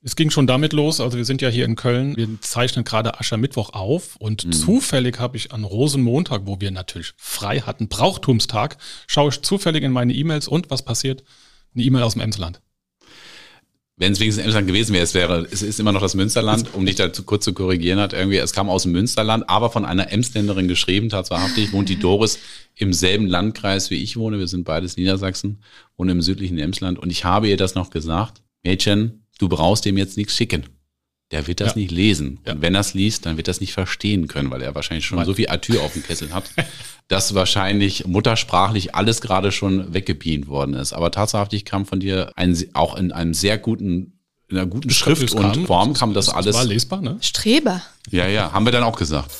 Es ging schon damit los, also wir sind ja hier in Köln, wir zeichnen gerade Aschermittwoch auf und zufällig habe ich an Rosenmontag, wo wir natürlich frei hatten, Brauchtumstag, schaue ich zufällig in meine E-Mails und was passiert? Eine E-Mail aus dem Emsland. Wenn es wenigstens Emsland gewesen wäre, es ist immer noch das Münsterland, um dich da kurz zu korrigieren es kam aus dem Münsterland, aber von einer Emsländerin geschrieben, tatsächlich wohnt die Doris im selben Landkreis wie ich wohne, wir sind beides Niedersachsen, wohnen im südlichen Emsland und ich habe ihr das noch gesagt, Mädchen, du brauchst dem jetzt nichts schicken. Der wird das nicht lesen. Ja. Und wenn er es liest, dann wird er es nicht verstehen können, weil er wahrscheinlich schon so viel Atür auf dem Kessel hat, dass wahrscheinlich muttersprachlich alles gerade schon weggebeamt worden ist. Aber tatsächlich kam von dir auch in einer guten Schrift und Form kam das alles. War lesbar, ne? Streber. Ja, haben wir dann auch gesagt.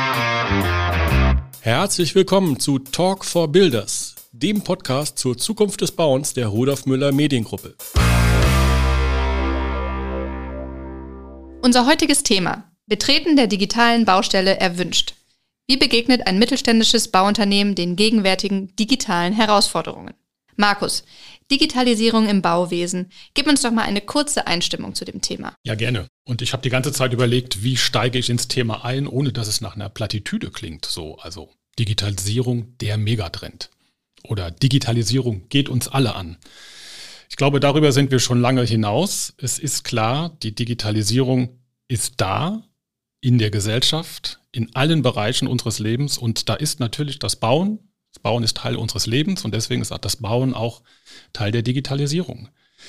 Herzlich willkommen zu Talk for Builders, dem Podcast zur Zukunft des Bauens der Rudolf Müller Mediengruppe. Unser heutiges Thema: Betreten der digitalen Baustelle erwünscht. Wie begegnet ein mittelständisches Bauunternehmen den gegenwärtigen digitalen Herausforderungen? Markus, Digitalisierung im Bauwesen. Gib uns doch mal eine kurze Einstimmung zu dem Thema. Ja, gerne. Und ich habe die ganze Zeit überlegt, wie steige ich ins Thema ein, ohne dass es nach einer Plattitüde klingt. Also Digitalisierung, der Megatrend. Oder Digitalisierung geht uns alle an. Ich glaube, darüber sind wir schon lange hinaus. Es ist klar, die Digitalisierung ist da in der Gesellschaft, in allen Bereichen unseres Lebens. Und da ist natürlich das Bauen. Das Bauen ist Teil unseres Lebens und deswegen ist auch das Bauen auch Teil der Digitalisierung.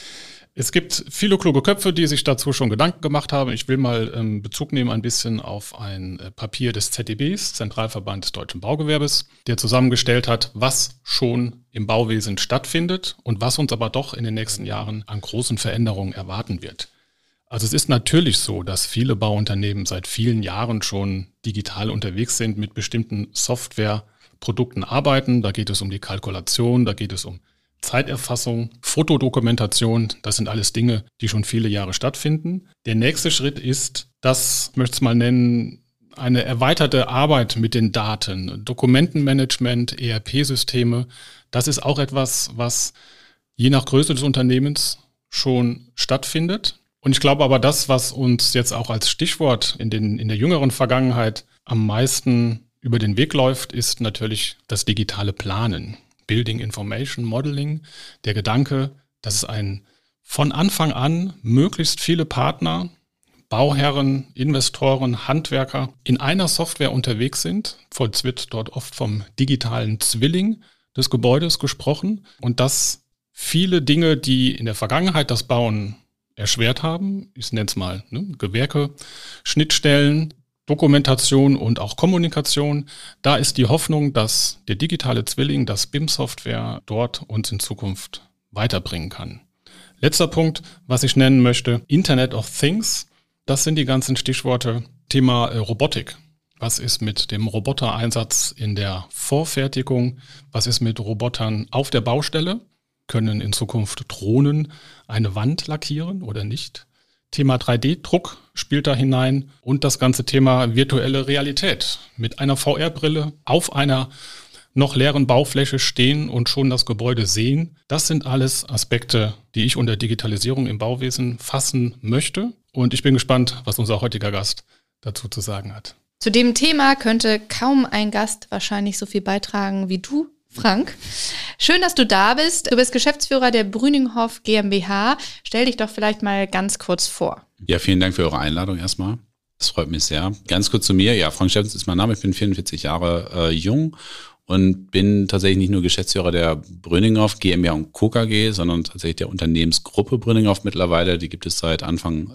Es gibt viele kluge Köpfe, die sich dazu schon Gedanken gemacht haben. Ich will mal Bezug nehmen ein bisschen auf ein Papier des ZDBs, Zentralverband des Deutschen Baugewerbes, der zusammengestellt hat, was schon im Bauwesen stattfindet und was uns aber doch in den nächsten Jahren an großen Veränderungen erwarten wird. Also es ist natürlich so, dass viele Bauunternehmen seit vielen Jahren schon digital unterwegs sind, mit bestimmten Softwareprodukten arbeiten. Da geht es um die Kalkulation, da geht es um Zeiterfassung, Fotodokumentation, das sind alles Dinge, die schon viele Jahre stattfinden. Der nächste Schritt ist, das möchte ich es mal nennen, eine erweiterte Arbeit mit den Daten, Dokumentenmanagement, ERP-Systeme. Das ist auch etwas, was je nach Größe des Unternehmens schon stattfindet. Und ich glaube aber, das, was uns jetzt auch als Stichwort in der jüngeren Vergangenheit am meisten über den Weg läuft, ist natürlich das digitale Planen. Building Information Modeling, der Gedanke, dass es von Anfang an möglichst viele Partner, Bauherren, Investoren, Handwerker in einer Software unterwegs sind. Es wird dort oft vom digitalen Zwilling des Gebäudes gesprochen und dass viele Dinge, die in der Vergangenheit das Bauen erschwert haben, ich nenne es mal Gewerke, Schnittstellen, Dokumentation und auch Kommunikation. Da ist die Hoffnung, dass der digitale Zwilling, das BIM-Software dort uns in Zukunft weiterbringen kann. Letzter Punkt, was ich nennen möchte, Internet of Things. Das sind die ganzen Stichworte. Thema Robotik. Was ist mit dem Robotereinsatz in der Vorfertigung? Was ist mit Robotern auf der Baustelle? Können in Zukunft Drohnen eine Wand lackieren oder nicht? Thema 3D-Druck spielt da hinein und das ganze Thema virtuelle Realität. Mit einer VR-Brille auf einer noch leeren Baufläche stehen und schon das Gebäude sehen. Das sind alles Aspekte, die ich unter Digitalisierung im Bauwesen fassen möchte. Und ich bin gespannt, was unser heutiger Gast dazu zu sagen hat. Zu dem Thema könnte kaum ein Gast wahrscheinlich so viel beitragen wie du, Frank. Schön, dass du da bist. Du bist Geschäftsführer der Brüninghoff GmbH. Stell dich doch vielleicht mal ganz kurz vor. Ja, vielen Dank für eure Einladung erstmal. Das freut mich sehr. Ganz kurz zu mir. Ja, Frank Steffens ist mein Name. Ich bin 44 Jahre jung und bin tatsächlich nicht nur Geschäftsführer der Brüninghoff GmbH und Co. KG, sondern tatsächlich der Unternehmensgruppe Brüninghoff mittlerweile. Die gibt es seit Anfang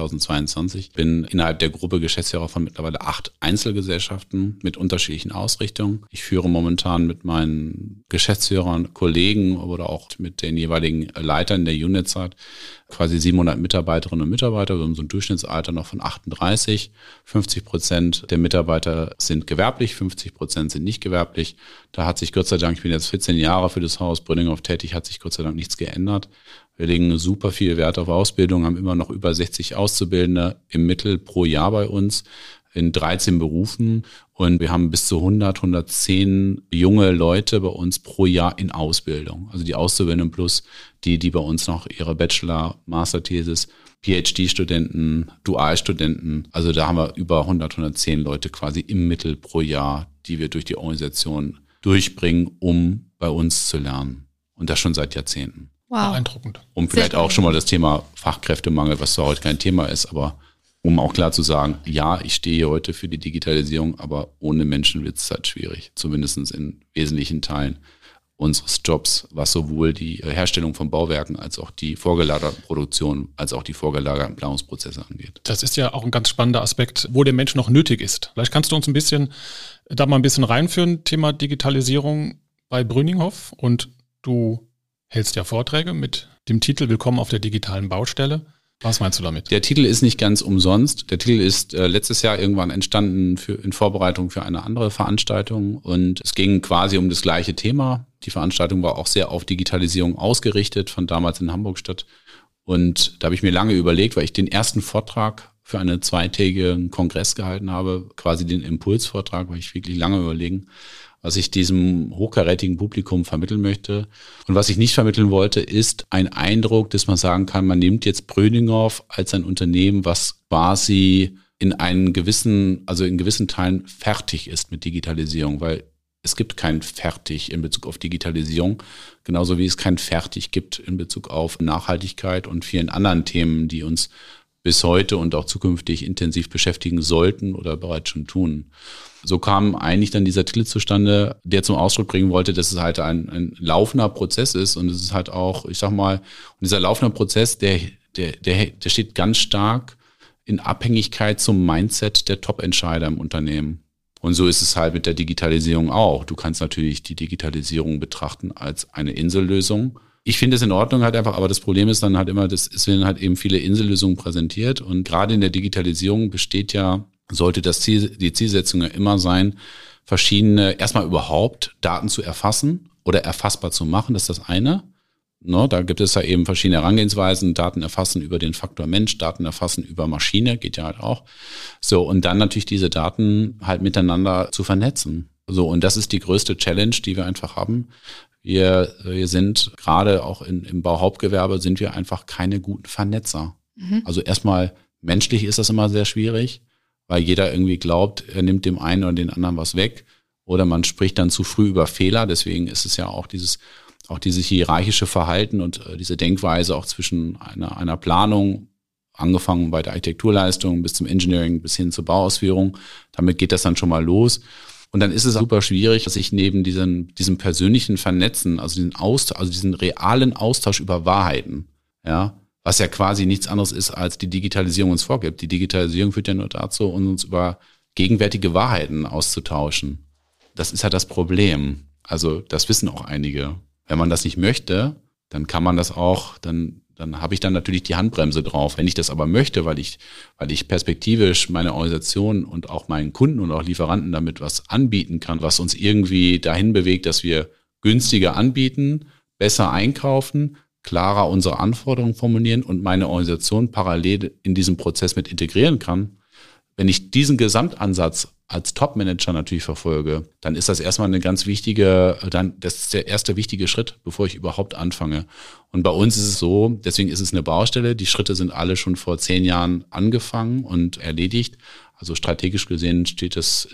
2022. Bin innerhalb der Gruppe Geschäftsführer von mittlerweile 8 Einzelgesellschaften mit unterschiedlichen Ausrichtungen. Ich führe momentan mit meinen Geschäftsführern, Kollegen oder auch mit den jeweiligen Leitern der Units quasi 700 Mitarbeiterinnen und Mitarbeiter. Wir haben so ein Durchschnittsalter noch von 38. 50% der Mitarbeiter sind gewerblich, 50% sind nicht gewerblich. Da hat sich Gott sei Dank, ich bin jetzt 14 Jahre für das Haus Brüninghoff tätig, hat sich Gott sei Dank nichts geändert. Wir legen super viel Wert auf Ausbildung, haben immer noch über 60 Auszubildende im Mittel pro Jahr bei uns in 13 Berufen und wir haben bis zu 110 junge Leute bei uns pro Jahr in Ausbildung. Also die Auszubildenden plus die bei uns noch ihre Bachelor-Master-Thesis PhD-Studenten, Dualstudenten. Also da haben wir über 110 Leute quasi im Mittel pro Jahr, die wir durch die Organisation durchbringen, um bei uns zu lernen. Und das schon seit Jahrzehnten. Wow. Beeindruckend. Um vielleicht auch schon mal das Thema Fachkräftemangel, was zwar heute kein Thema ist, aber um auch klar zu sagen, ja, ich stehe hier heute für die Digitalisierung, aber ohne Menschen wird es halt schwierig, zumindest in wesentlichen Teilen unseres Jobs, was sowohl die Herstellung von Bauwerken als auch die vorgelagerte Produktion, als auch die vorgelagerten Planungsprozesse angeht. Das ist ja auch ein ganz spannender Aspekt, wo der Mensch noch nötig ist. Vielleicht kannst du uns da mal ein bisschen reinführen, Thema Digitalisierung bei Brüninghoff. Und du hältst ja Vorträge mit dem Titel Willkommen auf der digitalen Baustelle. Was meinst du damit? Der Titel ist nicht ganz umsonst. Der Titel ist letztes Jahr irgendwann entstanden in Vorbereitung für eine andere Veranstaltung. Und es ging quasi um das gleiche Thema. Die Veranstaltung war auch sehr auf Digitalisierung ausgerichtet, von damals in Hamburg statt. Und da habe ich mir lange überlegt, weil ich den ersten Vortrag für einen 2-tägigen Kongress gehalten habe, quasi den Impulsvortrag, weil ich wirklich lange überlegen, was ich diesem hochkarätigen Publikum vermitteln möchte. Und was ich nicht vermitteln wollte, ist ein Eindruck, dass man sagen kann, man nimmt jetzt Brüninghoff als ein Unternehmen, was quasi in gewissen Teilen fertig ist mit Digitalisierung, weil es gibt kein Fertig in Bezug auf Digitalisierung, genauso wie es kein Fertig gibt in Bezug auf Nachhaltigkeit und vielen anderen Themen, die uns bis heute und auch zukünftig intensiv beschäftigen sollten oder bereits schon tun. So kam eigentlich dann dieser Titel zustande, der zum Ausdruck bringen wollte, dass es halt ein laufender Prozess ist und es ist halt auch, ich sag mal, dieser laufende Prozess, der steht ganz stark in Abhängigkeit zum Mindset der Top-Entscheider im Unternehmen. Und so ist es halt mit der Digitalisierung auch. Du kannst natürlich die Digitalisierung betrachten als eine Insellösung. Ich finde es in Ordnung halt einfach, aber das Problem ist dann halt immer, es werden halt eben viele Insellösungen präsentiert und gerade in der Digitalisierung sollte die Zielsetzung ja immer sein, erstmal überhaupt Daten zu erfassen oder erfassbar zu machen, das ist das eine. No, da gibt es ja eben verschiedene Herangehensweisen, Daten erfassen über den Faktor Mensch, Daten erfassen über Maschine, geht ja halt auch. So, und dann natürlich diese Daten halt miteinander zu vernetzen. So, und das ist die größte Challenge, die wir einfach haben. Wir sind gerade auch im Bauhauptgewerbe sind wir einfach keine guten Vernetzer. Mhm. Also erstmal menschlich ist das immer sehr schwierig, weil jeder irgendwie glaubt, er nimmt dem einen oder den anderen was weg oder man spricht dann zu früh über Fehler. Deswegen ist es ja auch dieses hierarchische Verhalten und diese Denkweise auch zwischen einer Planung, angefangen bei der Architekturleistung bis zum Engineering bis hin zur Bauausführung. Damit geht das dann schon mal los. Und dann ist es super schwierig, dass ich neben diesem persönlichen Vernetzen, also diesen realen Austausch über Wahrheiten, ja, was ja quasi nichts anderes ist, als die Digitalisierung uns vorgibt. Die Digitalisierung führt ja nur dazu, uns über gegenwärtige Wahrheiten auszutauschen. Das ist halt das Problem. Also das wissen auch einige. Wenn man das nicht möchte, dann kann man das auch, dann habe ich dann natürlich die Handbremse drauf. Wenn ich das aber möchte, weil ich perspektivisch meine Organisation und auch meinen Kunden und auch Lieferanten damit was anbieten kann, was uns irgendwie dahin bewegt, dass wir günstiger anbieten, besser einkaufen, klarer unsere Anforderungen formulieren und meine Organisation parallel in diesem Prozess mit integrieren kann. Wenn ich diesen Gesamtansatz als Top-Manager natürlich verfolge, dann ist das erstmal das ist der erste wichtige Schritt, bevor ich überhaupt anfange. Und bei uns ist es so, deswegen ist es eine Baustelle. Die Schritte sind alle schon vor 10 Jahren angefangen und erledigt. Also strategisch gesehen steht das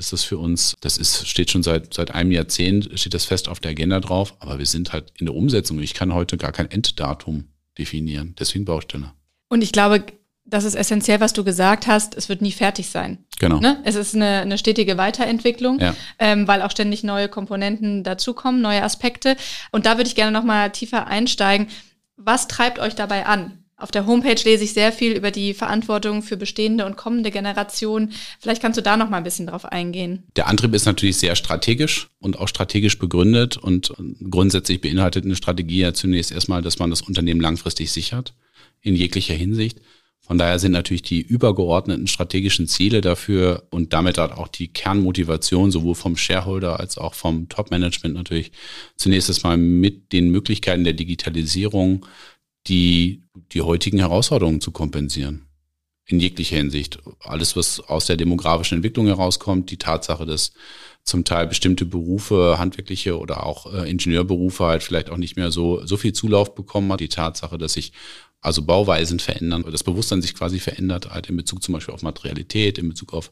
steht schon seit einem Jahrzehnt, steht das fest auf der Agenda drauf. Aber wir sind halt in der Umsetzung. Ich kann heute gar kein Enddatum definieren. Deswegen Baustelle. Und ich glaube, das ist essentiell, was du gesagt hast. Es wird nie fertig sein. Genau. Ne? Es ist eine stetige Weiterentwicklung, ja. Weil auch ständig neue Komponenten dazukommen, neue Aspekte. Und da würde ich gerne noch mal tiefer einsteigen. Was treibt euch dabei an? Auf der Homepage lese ich sehr viel über die Verantwortung für bestehende und kommende Generationen. Vielleicht kannst du da noch mal ein bisschen drauf eingehen. Der Antrieb ist natürlich sehr strategisch und auch strategisch begründet. Und grundsätzlich beinhaltet eine Strategie ja zunächst erstmal, dass man das Unternehmen langfristig sichert, in jeglicher Hinsicht. Von daher sind natürlich die übergeordneten strategischen Ziele dafür und damit halt auch die Kernmotivation sowohl vom Shareholder als auch vom Top-Management natürlich zunächst erstmal mit den Möglichkeiten der Digitalisierung die heutigen Herausforderungen zu kompensieren. In jeglicher Hinsicht. Alles, was aus der demografischen Entwicklung herauskommt, die Tatsache, dass zum Teil bestimmte Berufe, handwerkliche oder auch Ingenieurberufe halt vielleicht auch nicht mehr so viel Zulauf bekommen hat. Die Tatsache, dass sich also Bauweisen verändern, das Bewusstsein sich quasi verändert halt in Bezug zum Beispiel auf Materialität, in Bezug auf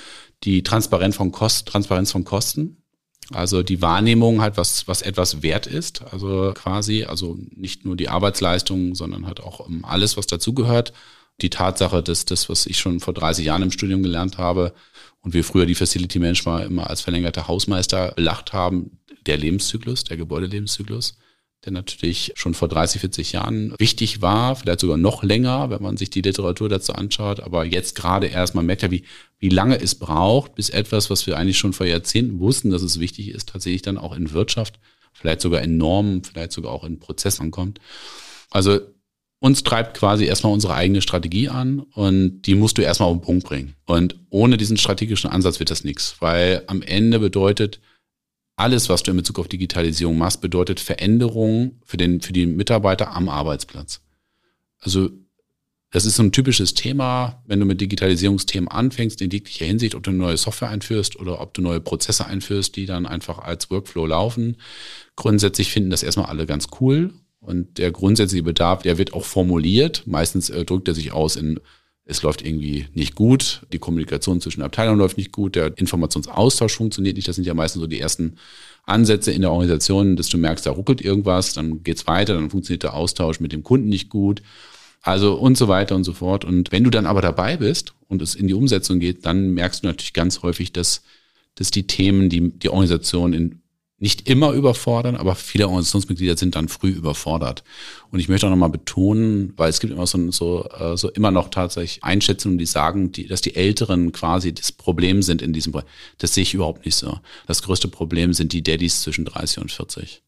die Transparenz von Kosten. Also die Wahrnehmung halt, was etwas wert ist, also quasi, also nicht nur die Arbeitsleistung, sondern halt auch alles, was dazugehört. Die Tatsache, dass das, was ich schon vor 30 Jahren im Studium gelernt habe und wir früher die Facility Manager immer als verlängerter Hausmeister belacht haben, der Lebenszyklus, der Gebäudelebenszyklus, der natürlich schon vor 30, 40 Jahren wichtig war, vielleicht sogar noch länger, wenn man sich die Literatur dazu anschaut. Aber jetzt gerade erst, man merkt ja, wie lange es braucht, bis etwas, was wir eigentlich schon vor Jahrzehnten wussten, dass es wichtig ist, tatsächlich dann auch in Wirtschaft, vielleicht sogar in Normen, vielleicht sogar auch in Prozessen ankommt. Also uns treibt quasi erstmal unsere eigene Strategie an und die musst du erstmal auf den Punkt bringen. Und ohne diesen strategischen Ansatz wird das nichts, weil am Ende bedeutet alles, was du in Bezug auf Digitalisierung machst, bedeutet Veränderung für die Mitarbeiter am Arbeitsplatz. Also das ist so ein typisches Thema, wenn du mit Digitalisierungsthemen anfängst, in jeglicher Hinsicht, ob du eine neue Software einführst oder ob du neue Prozesse einführst, die dann einfach als Workflow laufen. Grundsätzlich finden das erstmal alle ganz cool und der grundsätzliche Bedarf, der wird auch formuliert. Meistens drückt er sich aus in es läuft irgendwie nicht gut, die Kommunikation zwischen Abteilungen läuft nicht gut, der Informationsaustausch funktioniert nicht. Das sind ja meistens so die ersten Ansätze in der Organisation, dass du merkst, da ruckelt irgendwas, dann geht's weiter, dann funktioniert der Austausch mit dem Kunden nicht gut, also und so weiter und so fort. Und wenn du dann aber dabei bist und es in die Umsetzung geht, dann merkst du natürlich ganz häufig, dass die Themen, die Organisation nicht immer überfordern, aber viele Organisationsmitglieder sind dann früh überfordert. Und ich möchte auch nochmal betonen, weil es gibt immer so immer noch tatsächlich Einschätzungen, die sagen, dass die Älteren quasi das Problem sind in diesem Bereich. Das sehe ich überhaupt nicht so. Das größte Problem sind die Daddys zwischen 30 und 40.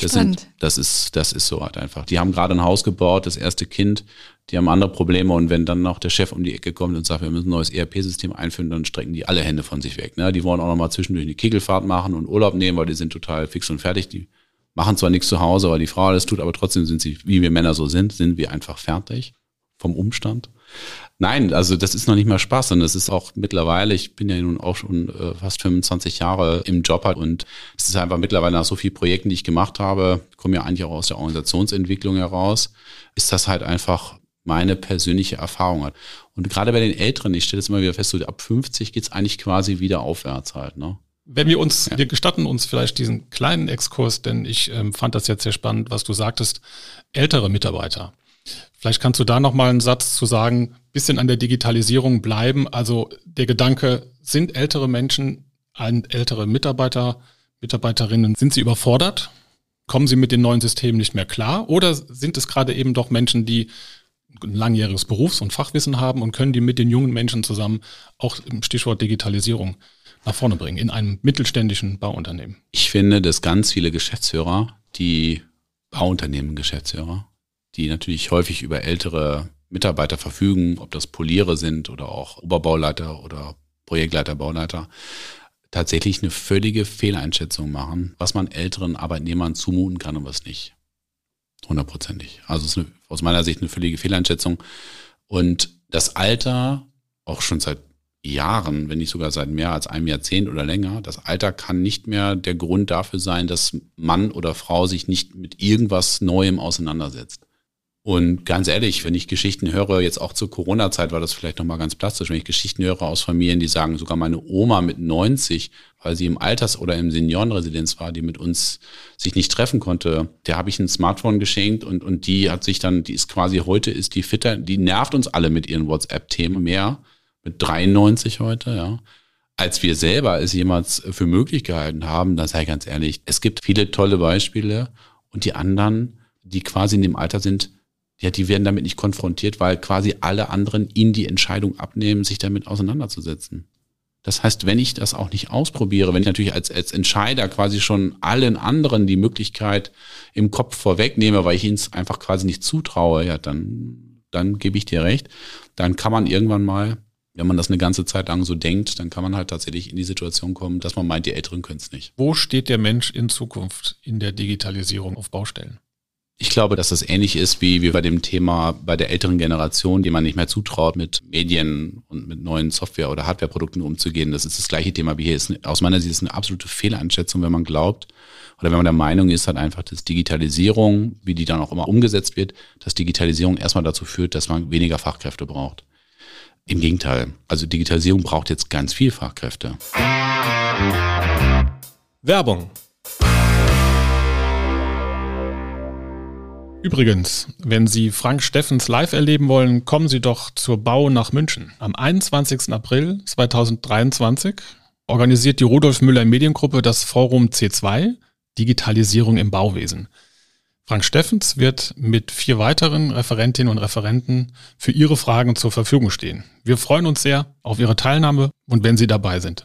Das ist so halt einfach. Die haben gerade ein Haus gebaut, das erste Kind, die haben andere Probleme und wenn dann noch der Chef um die Ecke kommt und sagt, wir müssen ein neues ERP-System einführen, dann strecken die alle Hände von sich weg. Ne? Die wollen auch noch mal zwischendurch eine Kegelfahrt machen und Urlaub nehmen, weil die sind total fix und fertig. Die machen zwar nichts zu Hause, weil die Frau alles tut, aber trotzdem sind sie, wie wir Männer so sind wir einfach fertig vom Umstand. Nein, also das ist noch nicht mal Spaß, sondern es ist auch mittlerweile, ich bin ja nun auch schon fast 25 Jahre im Job halt und es ist einfach mittlerweile nach so vielen Projekten, die ich gemacht habe, komme ja eigentlich auch aus der Organisationsentwicklung heraus, ist das halt einfach meine persönliche Erfahrung hat. Und gerade bei den Älteren, ich stelle jetzt immer wieder fest, so ab 50 geht's eigentlich quasi wieder aufwärts halt, ne? Wenn wir gestatten uns vielleicht diesen kleinen Exkurs, denn ich fand das jetzt sehr spannend, was du sagtest, ältere Mitarbeiter. Vielleicht kannst du da nochmal einen Satz zu sagen, bisschen an der Digitalisierung bleiben. Also der Gedanke, sind ältere Menschen, ältere Mitarbeiter, Mitarbeiterinnen, sind sie überfordert? Kommen sie mit den neuen Systemen nicht mehr klar? Oder sind es gerade eben doch Menschen, die ein langjähriges Berufs- und Fachwissen haben und können die mit den jungen Menschen zusammen auch im Stichwort Digitalisierung nach vorne bringen in einem mittelständischen Bauunternehmen? Ich finde, dass ganz viele Geschäftsführer, die Bauunternehmen-Geschäftsführer, die natürlich häufig über ältere Mitarbeiter verfügen, ob das Poliere sind oder auch Oberbauleiter oder Projektleiter, Bauleiter, tatsächlich eine völlige Fehleinschätzung machen, was man älteren Arbeitnehmern zumuten kann und was nicht. 100%. Also es ist aus meiner Sicht eine völlige Fehleinschätzung. Und das Alter, auch schon seit Jahren, wenn nicht sogar seit mehr als einem Jahrzehnt oder länger, das Alter kann nicht mehr der Grund dafür sein, dass Mann oder Frau sich nicht mit irgendwas Neuem auseinandersetzt. Und ganz ehrlich, wenn ich Geschichten höre, jetzt auch zur Corona-Zeit war das vielleicht nochmal ganz plastisch, wenn ich Geschichten höre aus Familien, die sagen, sogar meine Oma mit 90, weil sie im Alters- oder im Seniorenresidenz war, die mit uns sich nicht treffen konnte, der habe ich ein Smartphone geschenkt und die hat sich dann, die ist quasi heute, ist die fitter, die nervt uns alle mit ihren WhatsApp-Themen mehr, mit 93 heute, ja, als wir selber es jemals für möglich gehalten haben. Da sei ganz ehrlich, es gibt viele tolle Beispiele und die anderen, die quasi in dem Alter sind, ja, die werden damit nicht konfrontiert, weil quasi alle anderen ihnen die Entscheidung abnehmen, sich damit auseinanderzusetzen. Das heißt, wenn ich das auch nicht ausprobiere, wenn ich natürlich als Entscheider quasi schon allen anderen die Möglichkeit im Kopf vorwegnehme, weil ich ihnen es einfach quasi nicht zutraue, ja, dann gebe ich dir recht. Dann kann man irgendwann mal, wenn man das eine ganze Zeit lang so denkt, dann kann man halt tatsächlich in die Situation kommen, dass man meint, die Älteren können es nicht. Wo steht der Mensch in Zukunft in der Digitalisierung auf Baustellen? Ich glaube, dass das ähnlich ist wie bei dem Thema bei der älteren Generation, die man nicht mehr zutraut, mit Medien und mit neuen Software- oder Hardwareprodukten umzugehen. Das ist das gleiche Thema wie hier. Aus meiner Sicht ist es eine absolute Fehleinschätzung, wenn man glaubt oder wenn man der Meinung ist, halt einfach, dass Digitalisierung, wie die dann auch immer umgesetzt wird, dass Digitalisierung erstmal dazu führt, dass man weniger Fachkräfte braucht. Im Gegenteil. Also Digitalisierung braucht jetzt ganz viel Fachkräfte. Werbung. Übrigens, wenn Sie Frank Steffens live erleben wollen, kommen Sie doch zur Bau nach München. Am 21. April 2023 organisiert die Rudolf Müller Mediengruppe das Forum C2, Digitalisierung im Bauwesen. Frank Steffens wird mit 4 weiteren Referentinnen und Referenten für Ihre Fragen zur Verfügung stehen. Wir freuen uns sehr auf Ihre Teilnahme und wenn Sie dabei sind.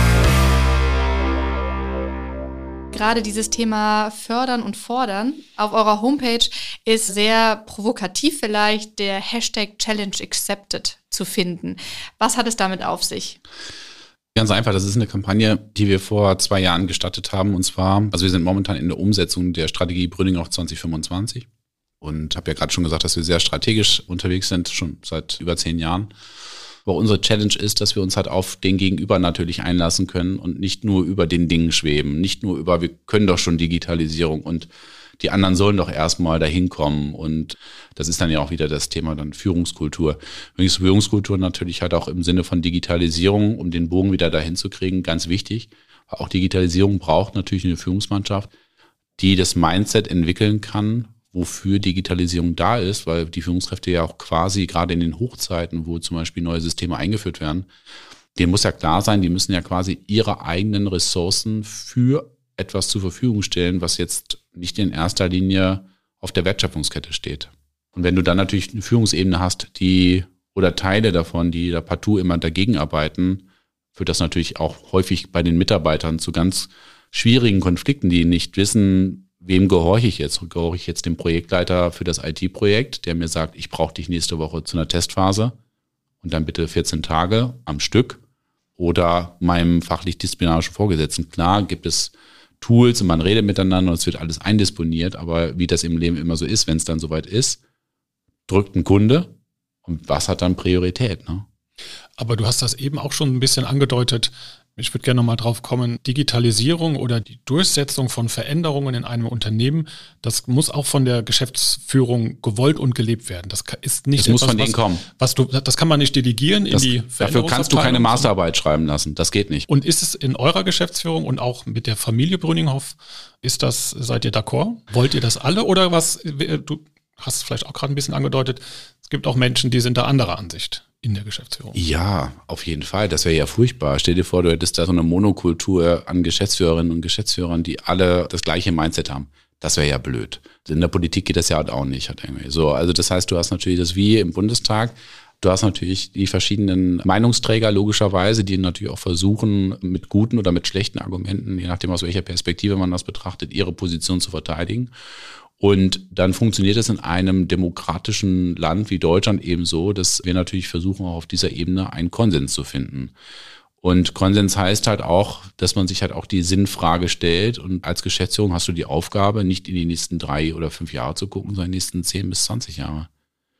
Gerade dieses Thema Fördern und Fordern auf eurer Homepage ist sehr provokativ vielleicht der Hashtag Challenge Accepted zu finden. Was hat es damit auf sich? Ganz einfach, das ist eine Kampagne, die wir vor 2 Jahren gestartet haben. Und zwar, also wir sind momentan in der Umsetzung der Strategie Brüning 2025 und habe ja gerade schon gesagt, dass wir sehr strategisch unterwegs sind, schon seit über 10 Jahren. Aber unsere Challenge ist, dass wir uns halt auf den Gegenüber natürlich einlassen können und nicht nur über den Dingen schweben, nicht nur über, wir können doch schon Digitalisierung und die anderen sollen doch erstmal dahin kommen. Und das ist dann ja auch wieder das Thema dann Führungskultur. Übrigens Führungskultur natürlich halt auch im Sinne von Digitalisierung, um den Bogen wieder dahin zu kriegen, ganz wichtig. Auch Digitalisierung braucht natürlich eine Führungsmannschaft, die das Mindset entwickeln kann, wofür Digitalisierung da ist, weil die Führungskräfte ja auch quasi gerade in den Hochzeiten, wo zum Beispiel neue Systeme eingeführt werden, denen muss ja klar sein, die müssen ja quasi ihre eigenen Ressourcen für etwas zur Verfügung stellen, was jetzt nicht in erster Linie auf der Wertschöpfungskette steht. Und wenn du dann natürlich eine Führungsebene hast, die oder Teile davon, die da partout immer dagegen arbeiten, führt das natürlich auch häufig bei den Mitarbeitern zu ganz schwierigen Konflikten, die nicht wissen, wem gehorche ich jetzt? Gehorche ich jetzt dem Projektleiter für das IT-Projekt, der mir sagt, ich brauche dich nächste Woche zu einer Testphase und dann bitte 14 Tage am Stück, oder meinem fachlich-disziplinarischen Vorgesetzten? Klar gibt es Tools und man redet miteinander und es wird alles eindisponiert, aber wie das im Leben immer so ist, wenn es dann soweit ist, drückt ein Kunde und was hat dann Priorität, ne? Aber du hast das eben auch schon ein bisschen angedeutet. Ich würde gerne nochmal drauf kommen. Digitalisierung oder die Durchsetzung von Veränderungen in einem Unternehmen, das muss auch von der Geschäftsführung gewollt und gelebt werden. Das ist nicht das etwas, muss von denen kommen. Das kann man nicht delegieren in die Veränderungsabteilung. Dafür kannst du keine Masterarbeit schreiben lassen. Das geht nicht. Und ist es in eurer Geschäftsführung und auch mit der Familie Brüninghoff, seid ihr d'accord? Wollt ihr das alle oder was? Du hast es vielleicht auch gerade ein bisschen angedeutet. Es gibt auch Menschen, die sind da anderer Ansicht in der Geschäftsführung. Ja, auf jeden Fall. Das wäre ja furchtbar. Stell dir vor, du hättest da so eine Monokultur an Geschäftsführerinnen und Geschäftsführern, die alle das gleiche Mindset haben. Das wäre ja blöd. In der Politik geht das ja halt auch nicht. So, also das heißt, du hast natürlich das wie im Bundestag. Du hast natürlich die verschiedenen Meinungsträger logischerweise, die natürlich auch versuchen, mit guten oder mit schlechten Argumenten, je nachdem aus welcher Perspektive man das betrachtet, ihre Position zu verteidigen. Und dann funktioniert es in einem demokratischen Land wie Deutschland eben so, dass wir natürlich versuchen, auch auf dieser Ebene einen Konsens zu finden. Und Konsens heißt halt auch, dass man sich halt auch die Sinnfrage stellt. Und als Geschäftsführung hast du die Aufgabe, nicht in die nächsten 3 oder 5 Jahre zu gucken, sondern in die nächsten 10 bis 20 Jahre.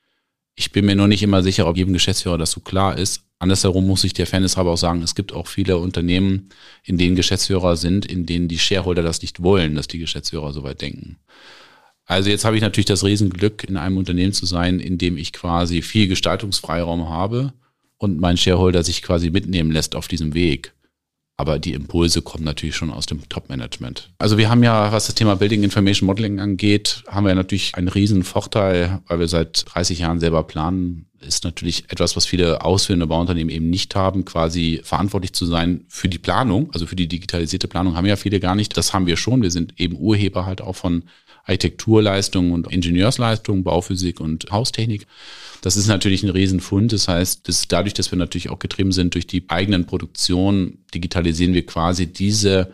Ich bin mir noch nicht immer sicher, ob jedem Geschäftsführer das so klar ist. Andersherum muss ich der Fairness halber auch sagen, es gibt auch viele Unternehmen, in denen Geschäftsführer sind, in denen die Shareholder das nicht wollen, dass die Geschäftsführer so weit denken. Also jetzt habe ich natürlich das Riesenglück, in einem Unternehmen zu sein, in dem ich quasi viel Gestaltungsfreiraum habe und mein Shareholder sich quasi mitnehmen lässt auf diesem Weg. Aber die Impulse kommen natürlich schon aus dem Top-Management. Also wir haben ja, was das Thema Building Information Modeling angeht, haben wir natürlich einen riesen Vorteil, weil wir seit 30 Jahren selber planen. Ist natürlich etwas, was viele ausführende Bauunternehmen eben nicht haben, quasi verantwortlich zu sein für die Planung, also für die digitalisierte Planung haben ja viele gar nicht. Das haben wir schon. Wir sind eben Urheber halt auch von Architekturleistungen und Ingenieursleistungen, Bauphysik und Haustechnik. Das ist natürlich ein Riesenfund. Das heißt, dadurch, dass wir natürlich auch getrieben sind durch die eigenen Produktionen, digitalisieren wir quasi die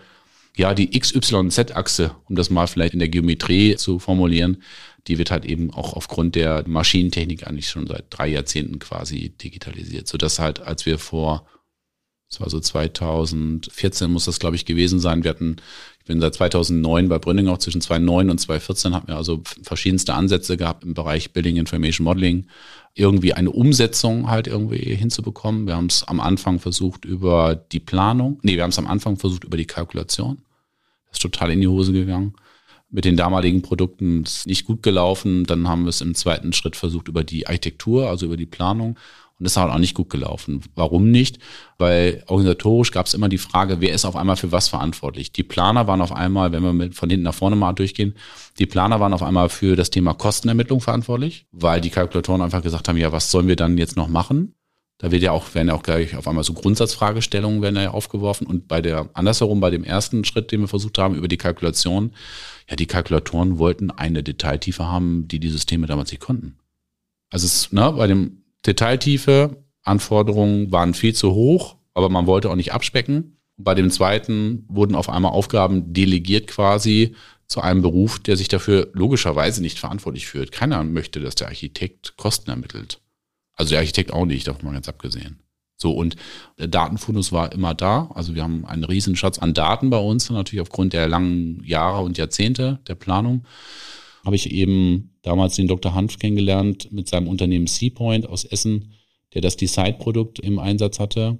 XYZ-Achse, um das mal vielleicht in der Geometrie zu formulieren, die wird halt eben auch aufgrund der Maschinentechnik eigentlich schon seit 3 Jahrzehnten quasi digitalisiert. Sodass halt, als wir das war so 2014 muss das, glaube ich, gewesen sein, wir hatten, ich bin seit 2009 bei Brünninghoff, zwischen 2009 und 2014 hatten wir also verschiedenste Ansätze gehabt im Bereich Building Information Modeling, irgendwie eine Umsetzung halt irgendwie hinzubekommen. Wir haben es am Anfang versucht über die Planung, wir haben es am Anfang versucht über die Kalkulation. Das ist total in die Hose gegangen. Mit den damaligen Produkten ist nicht gut gelaufen. Dann haben wir es im zweiten Schritt versucht über die Architektur, also über die Planung. Und das ist halt auch nicht gut gelaufen. Warum nicht? Weil organisatorisch gab es immer die Frage, wer ist auf einmal für was verantwortlich? Die Planer waren auf einmal, wenn wir von hinten nach vorne mal durchgehen, die Planer waren auf einmal für das Thema Kostenermittlung verantwortlich, weil die Kalkulatoren einfach gesagt haben, ja, was sollen wir dann jetzt noch machen? Da werden ja auch gleich auf einmal so Grundsatzfragestellungen werden ja aufgeworfen. Und bei dem ersten Schritt, den wir versucht haben, über die Kalkulation, ja, die Kalkulatoren wollten eine Detailtiefe haben, die Systeme damals nicht konnten. Also bei dem Detailtiefe, Anforderungen waren viel zu hoch, aber man wollte auch nicht abspecken. Bei dem zweiten wurden auf einmal Aufgaben delegiert quasi zu einem Beruf, der sich dafür logischerweise nicht verantwortlich fühlt. Keiner möchte, dass der Architekt Kosten ermittelt. Also der Architekt auch nicht, davon mal ganz abgesehen. So, und der Datenfundus war immer da. Also wir haben einen riesen Schatz an Daten bei uns, natürlich aufgrund der langen Jahre und Jahrzehnte der Planung. Habe ich eben damals den Dr. Hanf kennengelernt mit seinem Unternehmen Seapoint aus Essen, der das Decide-Produkt im Einsatz hatte.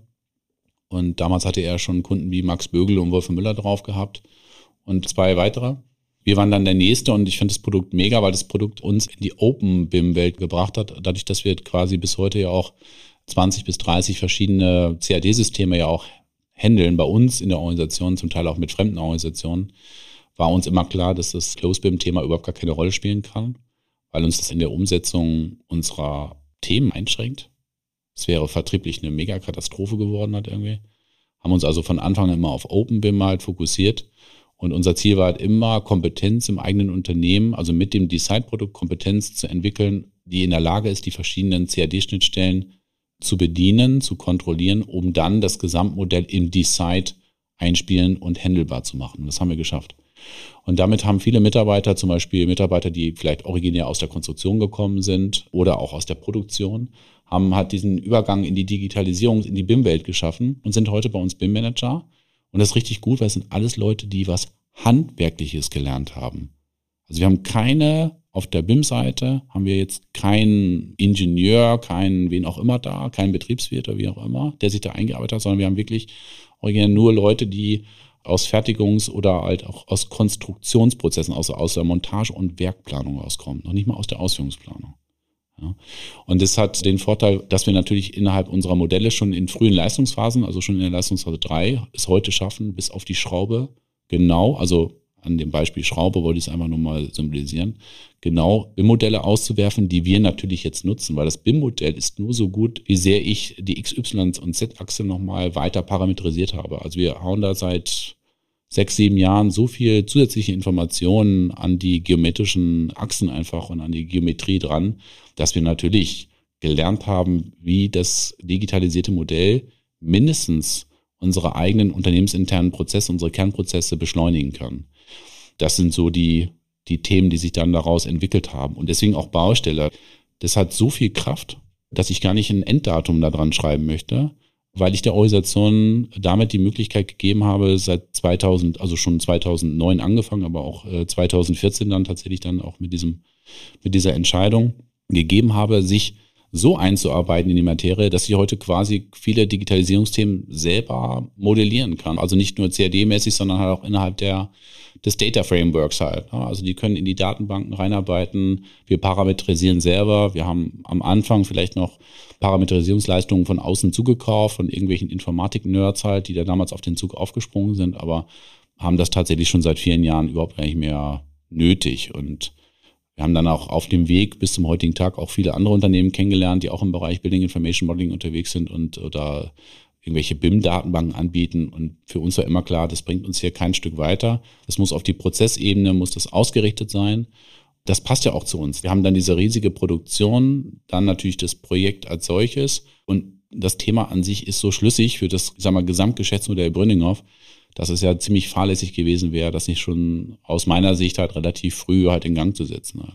Und damals hatte er schon Kunden wie Max Bögel und Wolf Müller drauf gehabt und 2 weitere. Wir waren dann der Nächste und ich finde das Produkt mega, weil das Produkt uns in die Open-BIM-Welt gebracht hat. Dadurch, dass wir quasi bis heute ja auch 20 bis 30 verschiedene CAD-Systeme ja auch handeln bei uns in der Organisation, zum Teil auch mit fremden Organisationen, war uns immer klar, dass das Close-BIM-Thema überhaupt gar keine Rolle spielen kann, weil uns das in der Umsetzung unserer Themen einschränkt. Es wäre vertrieblich eine Mega-Katastrophe geworden halt irgendwie. Haben uns also von Anfang an immer auf Open-BIM halt fokussiert. Und unser Ziel war halt immer, Kompetenz im eigenen Unternehmen, also mit dem Decide-Produkt Kompetenz zu entwickeln, die in der Lage ist, die verschiedenen CAD-Schnittstellen zu bedienen, zu kontrollieren, um dann das Gesamtmodell in Decide einspielen und handelbar zu machen. Und das haben wir geschafft. Und damit haben viele Mitarbeiter, zum Beispiel Mitarbeiter, die vielleicht originär aus der Konstruktion gekommen sind oder auch aus der Produktion, haben halt diesen Übergang in die Digitalisierung, in die BIM-Welt geschaffen und sind heute bei uns BIM-Manager. Und das ist richtig gut, weil es sind alles Leute, die was Handwerkliches gelernt haben. Also wir haben auf der BIM-Seite haben wir jetzt keinen Ingenieur, keinen wen auch immer da, keinen Betriebswirt oder wie auch immer, der sich da eingearbeitet hat, sondern wir haben wirklich originär nur Leute, die aus Fertigungs- oder halt auch aus Konstruktionsprozessen, also aus der Montage- und Werkplanung rauskommen, noch nicht mal aus der Ausführungsplanung. Ja. Und das hat den Vorteil, dass wir natürlich innerhalb unserer Modelle schon in frühen Leistungsphasen, also schon in der Leistungsphase 3, es heute schaffen, bis auf die Schraube genau, also an dem Beispiel Schraube wollte ich es einfach nur mal symbolisieren, genau BIM-Modelle auszuwerfen, die wir natürlich jetzt nutzen, weil das BIM-Modell ist nur so gut, wie sehr ich die X-, Y- und Z-Achse nochmal weiter parametrisiert habe. Also wir hauen da seit 6, 7 Jahren so viel zusätzliche Informationen an die geometrischen Achsen einfach und an die Geometrie dran, dass wir natürlich gelernt haben, wie das digitalisierte Modell mindestens unsere eigenen unternehmensinternen Prozesse, unsere Kernprozesse beschleunigen kann. Das sind so die Themen, die sich dann daraus entwickelt haben. Und deswegen auch Baustelle. Das hat so viel Kraft, dass ich gar nicht ein Enddatum da dran schreiben möchte, weil ich der Organisation damit die Möglichkeit gegeben habe, seit 2000, also schon 2009 angefangen, aber auch 2014 dann tatsächlich dann auch mit dieser Entscheidung gegeben habe, sich so einzuarbeiten in die Materie, dass ich heute quasi viele Digitalisierungsthemen selber modellieren kann. Also nicht nur CAD-mäßig, sondern halt auch innerhalb des Data Frameworks halt. Also die können in die Datenbanken reinarbeiten. Wir parametrisieren selber. Wir haben am Anfang vielleicht noch Parametrisierungsleistungen von außen zugekauft, von irgendwelchen Informatik-Nerds halt, die da damals auf den Zug aufgesprungen sind, aber haben das tatsächlich schon seit vielen Jahren überhaupt gar nicht mehr nötig. Und wir haben dann auch auf dem Weg bis zum heutigen Tag auch viele andere Unternehmen kennengelernt, die auch im Bereich Building Information Modeling unterwegs sind und oder irgendwelche BIM-Datenbanken anbieten. Und für uns war immer klar, das bringt uns hier kein Stück weiter. Das muss auf die Prozessebene, muss das ausgerichtet sein. Das passt ja auch zu uns. Wir haben dann diese riesige Produktion, dann natürlich das Projekt als solches. Und das Thema an sich ist so schlüssig für das, Gesamtgeschäftsmodell Brünninghoff, dass es ja ziemlich fahrlässig gewesen wäre, das nicht schon aus meiner Sicht halt relativ früh halt in Gang zu setzen.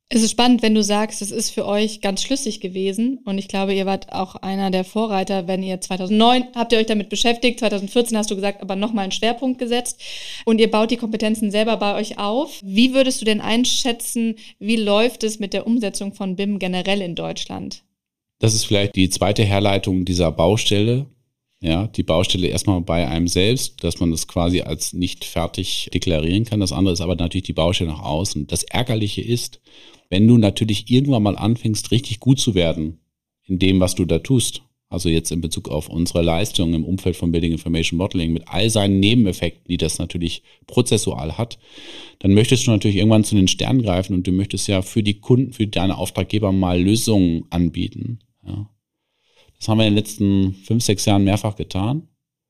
Es ist spannend, wenn du sagst, es ist für euch ganz schlüssig gewesen und ich glaube, ihr wart auch einer der Vorreiter, wenn ihr 2009 habt ihr euch damit beschäftigt, 2014 hast du gesagt, aber nochmal einen Schwerpunkt gesetzt und ihr baut die Kompetenzen selber bei euch auf. Wie würdest du denn einschätzen, wie läuft es mit der Umsetzung von BIM generell in Deutschland? Das ist vielleicht die zweite Herleitung dieser Baustelle. Ja, die Baustelle erstmal bei einem selbst, dass man das quasi als nicht fertig deklarieren kann. Das andere ist aber natürlich die Baustelle nach außen. Das Ärgerliche ist, wenn du natürlich irgendwann mal anfängst, richtig gut zu werden in dem, was du da tust, also jetzt in Bezug auf unsere Leistung im Umfeld von Building Information Modeling mit all seinen Nebeneffekten, die das natürlich prozessual hat, dann möchtest du natürlich irgendwann zu den Sternen greifen und du möchtest ja für die Kunden, für deine Auftraggeber mal Lösungen anbieten. Ja. Das haben wir in den letzten 5, 6 Jahren mehrfach getan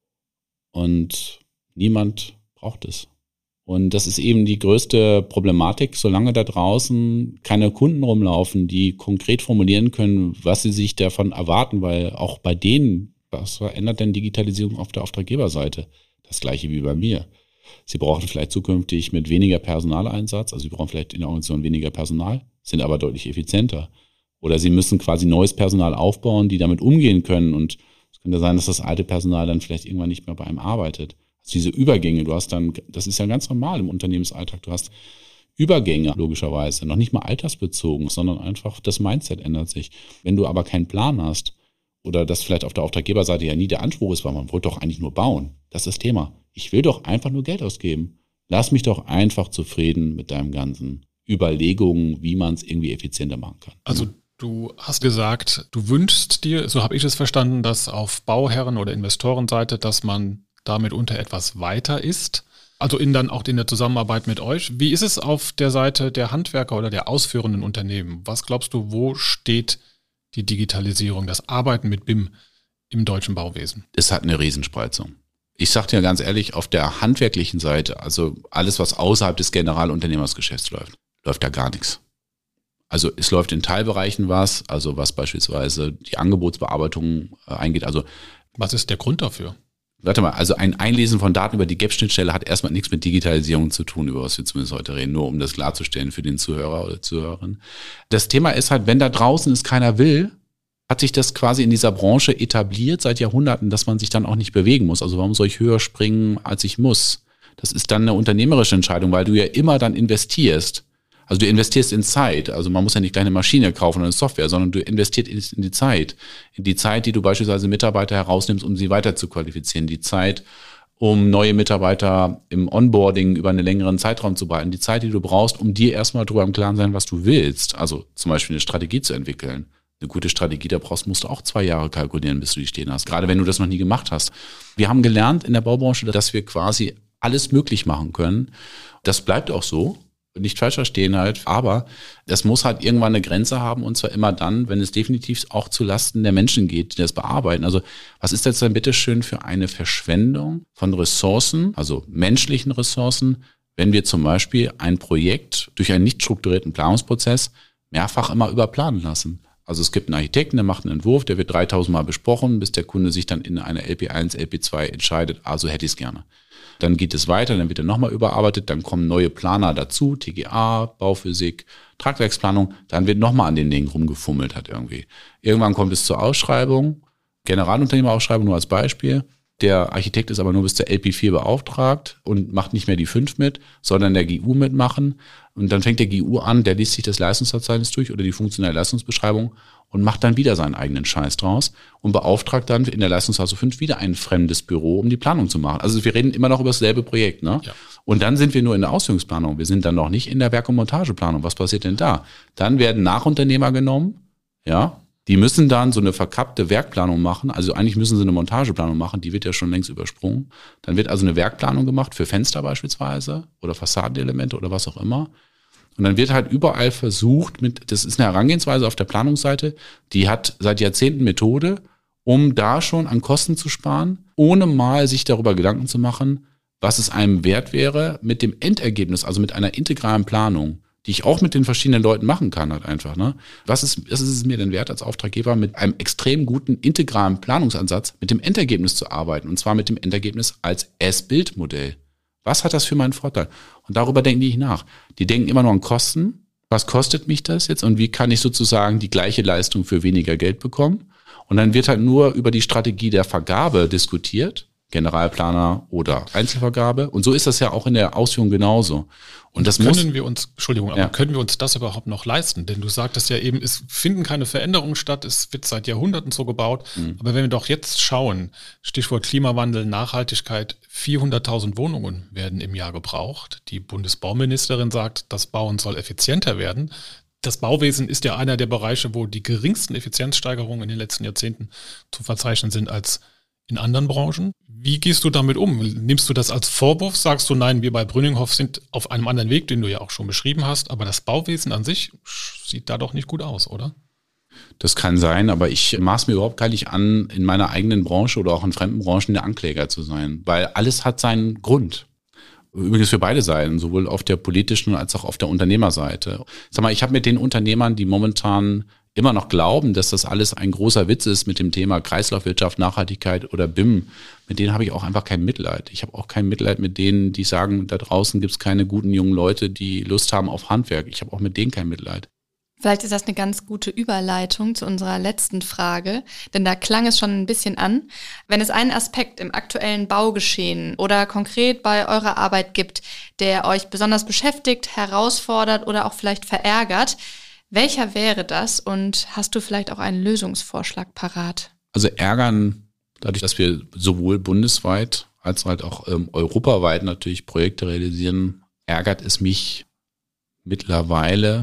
und niemand braucht es. Und das ist eben die größte Problematik, solange da draußen keine Kunden rumlaufen, die konkret formulieren können, was sie sich davon erwarten, weil auch bei denen, was verändert denn Digitalisierung auf der Auftraggeberseite? Das gleiche wie bei mir. Sie brauchen vielleicht zukünftig mit weniger Personaleinsatz, also sie brauchen vielleicht in der Organisation weniger Personal, sind aber deutlich effizienter. Oder sie müssen quasi neues Personal aufbauen, die damit umgehen können. Und es könnte sein, dass das alte Personal dann vielleicht irgendwann nicht mehr bei einem arbeitet. Also diese Übergänge, du hast dann, das ist ja ganz normal im Unternehmensalltag, du hast Übergänge logischerweise, noch nicht mal altersbezogen, sondern einfach das Mindset ändert sich. Wenn du aber keinen Plan hast oder das vielleicht auf der Auftraggeberseite ja nie der Anspruch ist, weil man wollte doch eigentlich nur bauen. Das ist das Thema. Ich will doch einfach nur Geld ausgeben. Lass mich doch einfach zufrieden mit deinem ganzen Überlegungen, wie man es irgendwie effizienter machen kann. Also du hast gesagt, du wünschst dir, so habe ich es verstanden, dass auf Bauherren- oder Investorenseite, dass man damit unter etwas weiter ist, also dann auch in der Zusammenarbeit mit euch. Wie ist es auf der Seite der Handwerker oder der ausführenden Unternehmen? Was glaubst du, wo steht die Digitalisierung, das Arbeiten mit BIM im deutschen Bauwesen? Es hat eine Riesenspreizung. Ich sage dir ganz ehrlich, auf der handwerklichen Seite, also alles, was außerhalb des Generalunternehmersgeschäfts läuft da gar nichts. Also es läuft in Teilbereichen was, also was beispielsweise die Angebotsbearbeitung eingeht. Also was ist der Grund dafür? Warte mal, also ein Einlesen von Daten über die GAP-Schnittstelle hat erstmal nichts mit Digitalisierung zu tun, über was wir zumindest heute reden, nur um das klarzustellen für den Zuhörer oder Zuhörerin. Das Thema ist halt, wenn da draußen es keiner will, hat sich das quasi in dieser Branche etabliert seit Jahrhunderten, dass man sich dann auch nicht bewegen muss. Also warum soll ich höher springen, als ich muss? Das ist dann eine unternehmerische Entscheidung, weil du ja immer dann investierst. Also du investierst in Zeit. Also man muss ja nicht gleich eine Maschine kaufen oder eine Software, sondern du investierst in die Zeit. In die Zeit, die du beispielsweise Mitarbeiter herausnimmst, um sie weiter zu qualifizieren. Die Zeit, um neue Mitarbeiter im Onboarding über einen längeren Zeitraum zu behalten. Die Zeit, die du brauchst, um dir erstmal darüber im Klaren sein, was du willst. Also zum Beispiel eine Strategie zu entwickeln. Eine gute Strategie, da musst du auch 2 Jahre kalkulieren, bis du die stehen hast. Gerade wenn du das noch nie gemacht hast. Wir haben gelernt in der Baubranche, dass wir quasi alles möglich machen können. Das bleibt auch so. Nicht falsch verstehen halt, aber das muss halt irgendwann eine Grenze haben und zwar immer dann, wenn es definitiv auch zu Lasten der Menschen geht, die das bearbeiten. Also was ist das denn bitteschön für eine Verschwendung von Ressourcen, also menschlichen Ressourcen, wenn wir zum Beispiel ein Projekt durch einen nicht strukturierten Planungsprozess mehrfach immer überplanen lassen? Also es gibt einen Architekten, der macht einen Entwurf, der wird 3000 Mal besprochen, bis der Kunde sich dann in einer LP1, LP2 entscheidet, also hätte ich es gerne. Dann geht es weiter, dann wird er nochmal überarbeitet, dann kommen neue Planer dazu, TGA, Bauphysik, Tragwerksplanung, dann wird nochmal an den Dingen rumgefummelt halt irgendwie. Irgendwann kommt es zur Ausschreibung, Generalunternehmerausschreibung nur als Beispiel. Der Architekt ist aber nur bis zur LP4 beauftragt und macht nicht mehr die 5 mit, sondern der GU mitmachen. Und dann fängt der GU an, der liest sich das Leistungsverzeichnis durch oder die funktionelle Leistungsbeschreibung und macht dann wieder seinen eigenen Scheiß draus und beauftragt dann in der Leistungsphase 5 wieder ein fremdes Büro, um die Planung zu machen. Also wir reden immer noch über dasselbe Projekt, ne? Ja. Und dann sind wir nur in der Ausführungsplanung. Wir sind dann noch nicht in der Werk- und Montageplanung. Was passiert denn da? Dann werden Nachunternehmer genommen, ja. Die müssen dann so eine verkappte Werkplanung machen. Also eigentlich müssen sie eine Montageplanung machen. Die wird ja schon längst übersprungen. Dann wird also eine Werkplanung gemacht für Fenster beispielsweise oder Fassadenelemente oder was auch immer. Und dann wird halt überall versucht, das ist eine Herangehensweise auf der Planungsseite, die hat seit Jahrzehnten Methode, um da schon an Kosten zu sparen, ohne mal sich darüber Gedanken zu machen, was es einem wert wäre mit dem Endergebnis, also mit einer integralen Planung, die ich auch mit den verschiedenen Leuten machen kann halt einfach. Ne? Was ist es mir denn wert als Auftraggeber, mit einem extrem guten integralen Planungsansatz mit dem Endergebnis zu arbeiten und zwar mit dem Endergebnis als As-Build-Modell. Was hat das für meinen Vorteil? Und darüber denken die nicht nach. Die denken immer nur an Kosten Was kostet mich das jetzt und wie kann ich sozusagen die gleiche Leistung für weniger Geld bekommen? Und dann wird halt nur über die Strategie der Vergabe diskutiert, Generalplaner oder Einzelvergabe. Und so ist das ja auch in der Ausführung genauso. Und das können wir uns das überhaupt noch leisten? Denn du sagtest ja eben, es finden keine Veränderungen statt, es wird seit Jahrhunderten so gebaut. Aber wenn wir doch jetzt schauen, Stichwort Klimawandel, Nachhaltigkeit, 400.000 Wohnungen werden im Jahr gebraucht. Die Bundesbauministerin sagt, das Bauen soll effizienter werden. Das Bauwesen ist ja einer der Bereiche, wo die geringsten Effizienzsteigerungen in den letzten Jahrzehnten zu verzeichnen sind als in anderen Branchen. Wie gehst du damit um? Nimmst du das als Vorwurf? Sagst du, nein, wir bei Brüninghoff sind auf einem anderen Weg, den du ja auch schon beschrieben hast, aber das Bauwesen an sich sieht da doch nicht gut aus, oder? Das kann sein, aber ich maß mir überhaupt gar nicht an, in meiner eigenen Branche oder auch in fremden Branchen der Ankläger zu sein, weil alles hat seinen Grund. Übrigens für beide Seiten, sowohl auf der politischen als auch auf der Unternehmerseite. Sag mal, ich habe mit den Unternehmern, die momentan immer noch glauben, dass das alles ein großer Witz ist mit dem Thema Kreislaufwirtschaft, Nachhaltigkeit oder BIM, mit denen habe ich auch einfach kein Mitleid. Ich habe auch kein Mitleid mit denen, die sagen, da draußen gibt es keine guten jungen Leute, die Lust haben auf Handwerk. Ich habe auch mit denen kein Mitleid. Vielleicht ist das eine ganz gute Überleitung zu unserer letzten Frage, denn da klang es schon ein bisschen an. Wenn es einen Aspekt im aktuellen Baugeschehen oder konkret bei eurer Arbeit gibt, der euch besonders beschäftigt, herausfordert oder auch vielleicht verärgert, welcher wäre das und hast du vielleicht auch einen Lösungsvorschlag parat? Also ärgern, dadurch, dass wir sowohl bundesweit als halt auch europaweit natürlich Projekte realisieren, ärgert es mich mittlerweile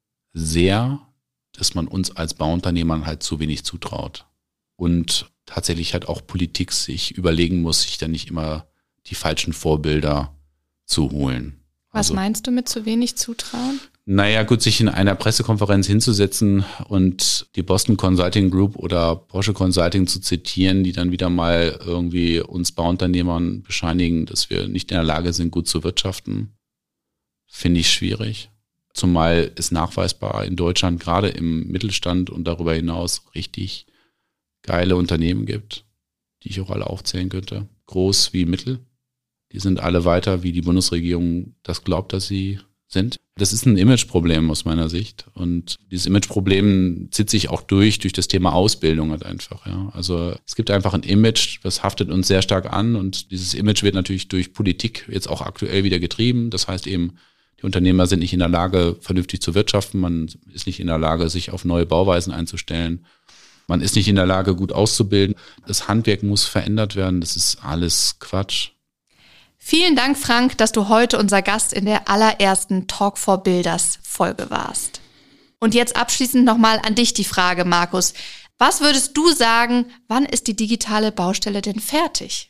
sehr, dass man uns als Bauunternehmern halt zu wenig zutraut. Und tatsächlich halt auch Politik sich überlegen muss, sich dann nicht immer die falschen Vorbilder zu holen. Was meinst du mit zu wenig zutrauen? Naja, gut, sich in einer Pressekonferenz hinzusetzen und die Boston Consulting Group oder Porsche Consulting zu zitieren, die dann wieder mal irgendwie uns Bauunternehmern bescheinigen, dass wir nicht in der Lage sind, gut zu wirtschaften, finde ich schwierig. Zumal es nachweisbar in Deutschland gerade im Mittelstand und darüber hinaus richtig geile Unternehmen gibt, die ich auch alle aufzählen könnte, groß wie mittel. Die sind alle weiter, wie die Bundesregierung das glaubt, dass sie sind. Das ist ein Imageproblem aus meiner Sicht. Und dieses Imageproblem zieht sich auch durch das Thema Ausbildung halt einfach. Ja. Also es gibt einfach ein Image, das haftet uns sehr stark an. Und dieses Image wird natürlich durch Politik jetzt auch aktuell wieder getrieben. Das heißt eben, die Unternehmer sind nicht in der Lage, vernünftig zu wirtschaften. Man ist nicht in der Lage, sich auf neue Bauweisen einzustellen. Man ist nicht in der Lage, gut auszubilden. Das Handwerk muss verändert werden. Das ist alles Quatsch. Vielen Dank, Frank, dass du heute unser Gast in der allerersten Talk for Builders Folge warst. Und jetzt abschließend nochmal an dich die Frage, Markus. Was würdest du sagen, wann ist die digitale Baustelle denn fertig?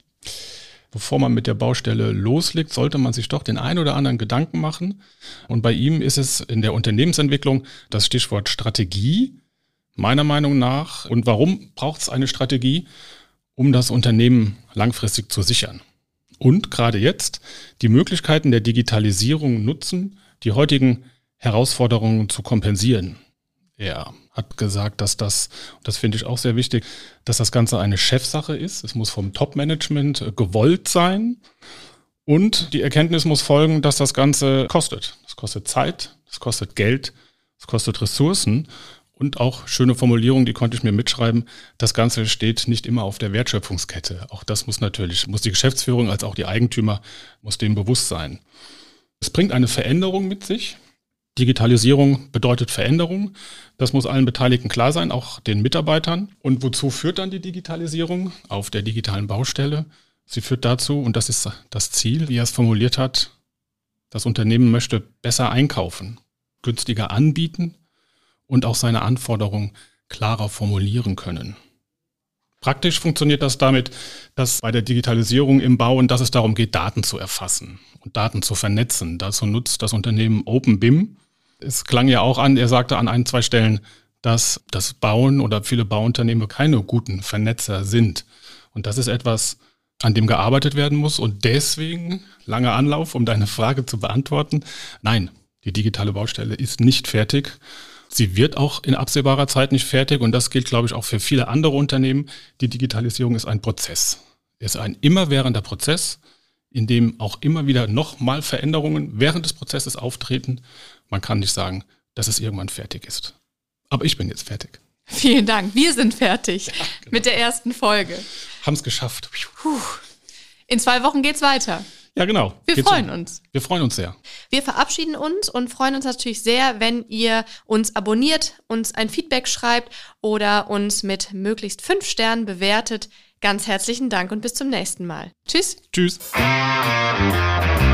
Bevor man mit der Baustelle loslegt, sollte man sich doch den ein oder anderen Gedanken machen. Und bei ihm ist es in der Unternehmensentwicklung das Stichwort Strategie, meiner Meinung nach. Und warum braucht es eine Strategie? Um das Unternehmen langfristig zu sichern. Und gerade jetzt die Möglichkeiten der Digitalisierung nutzen, die heutigen Herausforderungen zu kompensieren. Er hat gesagt, dass das finde ich auch sehr wichtig, dass das Ganze eine Chefsache ist. Es muss vom Top-Management gewollt sein. Und die Erkenntnis muss folgen, dass das Ganze kostet. Es kostet Zeit, es kostet Geld, es kostet Ressourcen. Und auch schöne Formulierung, die konnte ich mir mitschreiben, das Ganze steht nicht immer auf der Wertschöpfungskette. Auch das muss die Geschäftsführung als auch die Eigentümer, muss dem bewusst sein. Es bringt eine Veränderung mit sich. Digitalisierung bedeutet Veränderung. Das muss allen Beteiligten klar sein, auch den Mitarbeitern. Und wozu führt dann die Digitalisierung auf der digitalen Baustelle? Sie führt dazu, und das ist das Ziel, wie er es formuliert hat, das Unternehmen möchte besser einkaufen, günstiger anbieten, und auch seine Anforderungen klarer formulieren können. Praktisch funktioniert das damit, dass bei der Digitalisierung im Bau und dass es darum geht, Daten zu erfassen und Daten zu vernetzen. Dazu nutzt das Unternehmen OpenBIM. Es klang ja auch an, er sagte an 1, 2 Stellen, dass das Bauen oder viele Bauunternehmen keine guten Vernetzer sind. Und das ist etwas, an dem gearbeitet werden muss. Und deswegen, langer Anlauf, um deine Frage zu beantworten. Nein, die digitale Baustelle ist nicht fertig. Sie wird auch in absehbarer Zeit nicht fertig und das gilt, glaube ich, auch für viele andere Unternehmen. Die Digitalisierung ist ein Prozess. Es ist ein immerwährender Prozess, in dem auch immer wieder nochmal Veränderungen während des Prozesses auftreten. Man kann nicht sagen, dass es irgendwann fertig ist. Aber ich bin jetzt fertig. Vielen Dank. Wir sind fertig mit der ersten Folge. Haben es geschafft. In 2 Wochen geht's weiter. Ja, genau. Wir freuen uns. Wir freuen uns sehr. Wir verabschieden uns und freuen uns natürlich sehr, wenn ihr uns abonniert, uns ein Feedback schreibt oder uns mit möglichst 5 Sternen bewertet. Ganz herzlichen Dank und bis zum nächsten Mal. Tschüss. Tschüss.